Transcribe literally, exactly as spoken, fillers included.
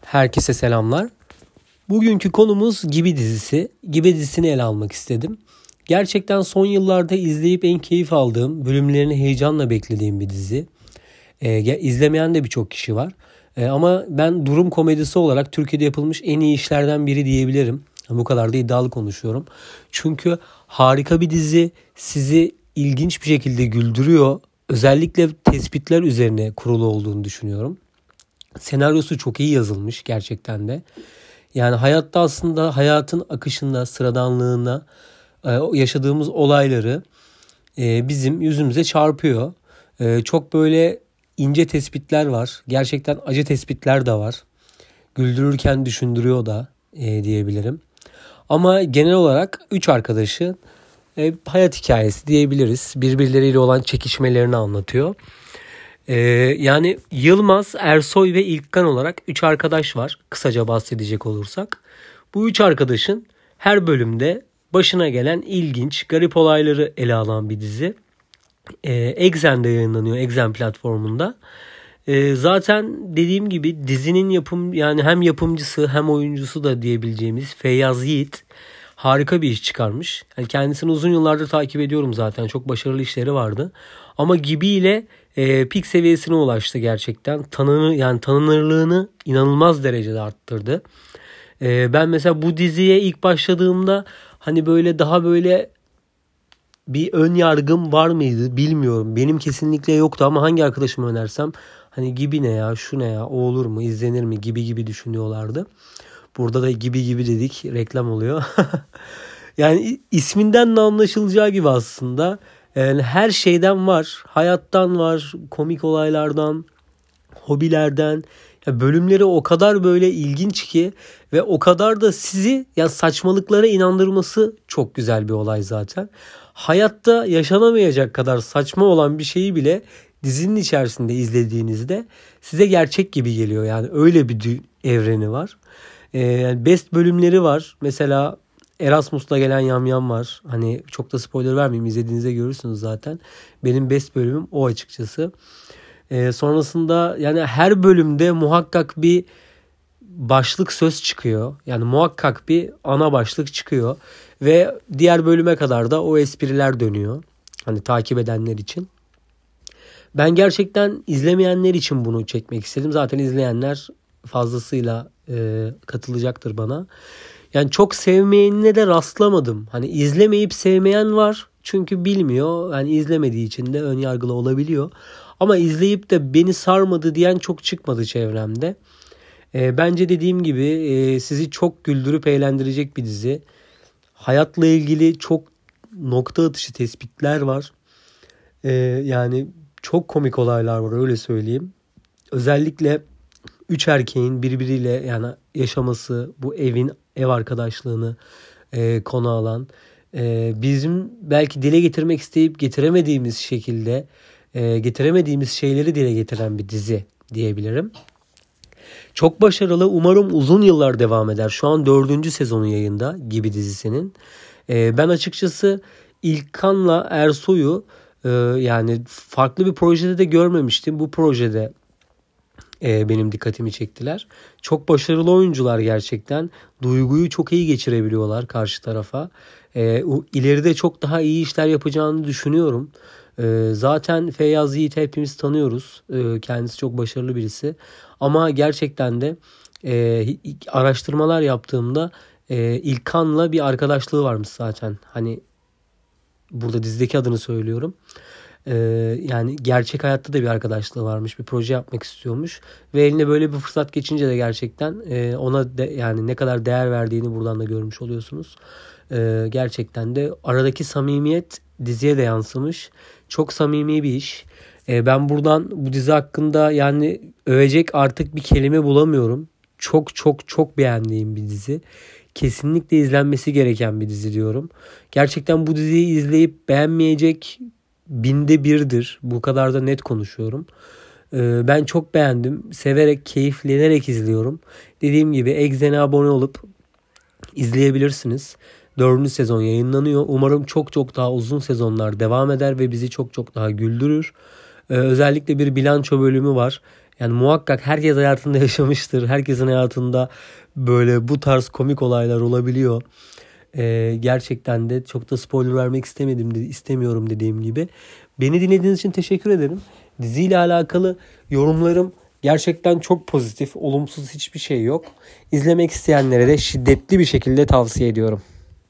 Herkese selamlar. Bugünkü konumuz Gibi dizisi. Gibi dizisini ele almak istedim. Gerçekten son yıllarda izleyip en keyif aldığım, bölümlerini heyecanla beklediğim bir dizi. Ee, izlemeyen de birçok kişi var. Ee, ama ben durum komedisi olarak Türkiye'de yapılmış en iyi işlerden biri diyebilirim. Bu kadar da iddialı konuşuyorum. Çünkü harika bir dizi, sizi ilginç bir şekilde güldürüyor. Özellikle tespitler üzerine kurulu olduğunu düşünüyorum. Senaryosu çok iyi yazılmış gerçekten de. Yani hayatta aslında hayatın akışında, sıradanlığına yaşadığımız olayları bizim yüzümüze çarpıyor. Çok böyle ince tespitler var. Gerçekten acı tespitler de var. Güldürürken düşündürüyor da diyebilirim. Ama genel olarak üç arkadaşın hayat hikayesi diyebiliriz. Birbirleriyle olan çekişmelerini anlatıyor. Ee, yani Yılmaz, Ersoy ve İlkan olarak üç arkadaş var. Kısaca bahsedecek olursak. Bu üç arkadaşın her bölümde başına gelen ilginç, garip olayları ele alan bir dizi. Ee, Exxen'de yayınlanıyor, Exxen platformunda. Ee, zaten dediğim gibi dizinin yapım yani hem yapımcısı hem oyuncusu da diyebileceğimiz Feyyaz Yiğit harika bir iş çıkarmış. Yani kendisini uzun yıllardır takip ediyorum zaten. Çok başarılı işleri vardı. Ama Gibi ile e, pik seviyesine ulaştı gerçekten. Tanını yani tanınırlığını inanılmaz derecede arttırdı. E, ben mesela bu diziye ilk başladığımda hani böyle daha böyle bir ön yargım var mıydı bilmiyorum. Benim kesinlikle yoktu ama hangi arkadaşıma önersem hani Gibi ne ya, şu ne ya, o olur mu, izlenir mi gibi gibi düşünüyorlardı. Burada da gibi gibi dedik, reklam oluyor. Yani isminden de anlaşılacağı gibi aslında. Yani her şeyden var. Hayattan var, komik olaylardan, hobilerden. Ya bölümleri o kadar böyle ilginç ki ve o kadar da sizi ya saçmalıklara inandırması çok güzel bir olay zaten. Hayatta yaşanamayacak kadar saçma olan bir şeyi bile dizinin içerisinde izlediğinizde size gerçek gibi geliyor. Yani öyle bir evreni var. Ee, best bölümleri var. Mesela Erasmus'la gelen Yamyam var. Hani çok da spoiler vermeyeyim. İzlediğinizde görürsünüz zaten. Benim best bölümüm o açıkçası. Ee, sonrasında yani her bölümde muhakkak bir başlık söz çıkıyor. Yani muhakkak bir ana başlık çıkıyor. Ve diğer bölüme kadar da o espriler dönüyor. Hani takip edenler için. Ben gerçekten izlemeyenler için bunu çekmek istedim. Zaten izleyenler fazlasıyla e, katılacaktır bana. Yani çok sevmeyenine de rastlamadım. Hani izlemeyip sevmeyen var. Çünkü bilmiyor. Yani izlemediği için de önyargılı olabiliyor. Ama izleyip de beni sarmadı diyen çok çıkmadı çevremde. E, bence dediğim gibi e, sizi çok güldürüp eğlendirecek bir dizi. Hayatla ilgili çok nokta atışı tespitler var. E, yani çok komik olaylar var, öyle söyleyeyim. Özellikle üç erkeğin birbiriyle yani yaşaması, bu evin ev arkadaşlığını e, konu alan, e, bizim belki dile getirmek isteyip getiremediğimiz şekilde e, getiremediğimiz şeyleri dile getiren bir dizi diyebilirim. Çok başarılı. Umarım uzun yıllar devam eder. Şu an dördüncü sezonu yayında Gibi dizisinin. E, ben açıkçası İlkan'la Ersoy'u e, yani farklı bir projede de görmemiştim. Bu projede benim dikkatimi çektiler. Çok başarılı oyuncular gerçekten. Duyguyu çok iyi geçirebiliyorlar karşı tarafa. E, ileride çok daha iyi işler yapacağını düşünüyorum. E, zaten Feyyaz Yiğit'i hepimiz tanıyoruz. E, kendisi çok başarılı birisi. Ama gerçekten de e, araştırmalar yaptığımda e, İlkan'la bir arkadaşlığı varmış zaten. Hani burada dizideki adını söylüyorum. Ee, yani gerçek hayatta da bir arkadaşlığı varmış, bir proje yapmak istiyormuş ve eline böyle bir fırsat geçince de gerçekten e, ona de, yani ne kadar değer verdiğini buradan da görmüş oluyorsunuz. Ee, gerçekten de aradaki samimiyet diziye de yansımış. Çok samimi bir iş. Ee, ben buradan bu dizi hakkında yani övecek artık bir kelime bulamıyorum. Çok çok çok beğendiğim bir dizi. Kesinlikle izlenmesi gereken bir dizi diyorum. Gerçekten bu diziyi izleyip beğenmeyecek binde birdir. Bu kadar da net konuşuyorum. Ee, ben çok beğendim. Severek, keyiflenerek izliyorum. Dediğim gibi Exxen'e abone olup izleyebilirsiniz. Dördüncü sezon yayınlanıyor. Umarım çok çok daha uzun sezonlar devam eder ve bizi çok çok daha güldürür. Ee, özellikle bir bilanço bölümü var. Yani muhakkak herkes hayatında yaşamıştır. Herkesin hayatında böyle bu tarz komik olaylar olabiliyor. Ee, gerçekten de çok da spoiler vermek istemedim, istemiyorum dediğim gibi. Beni dinlediğiniz için teşekkür ederim. Diziyle alakalı yorumlarım gerçekten çok pozitif, olumsuz hiçbir şey yok. İzlemek isteyenlere de şiddetli bir şekilde tavsiye ediyorum.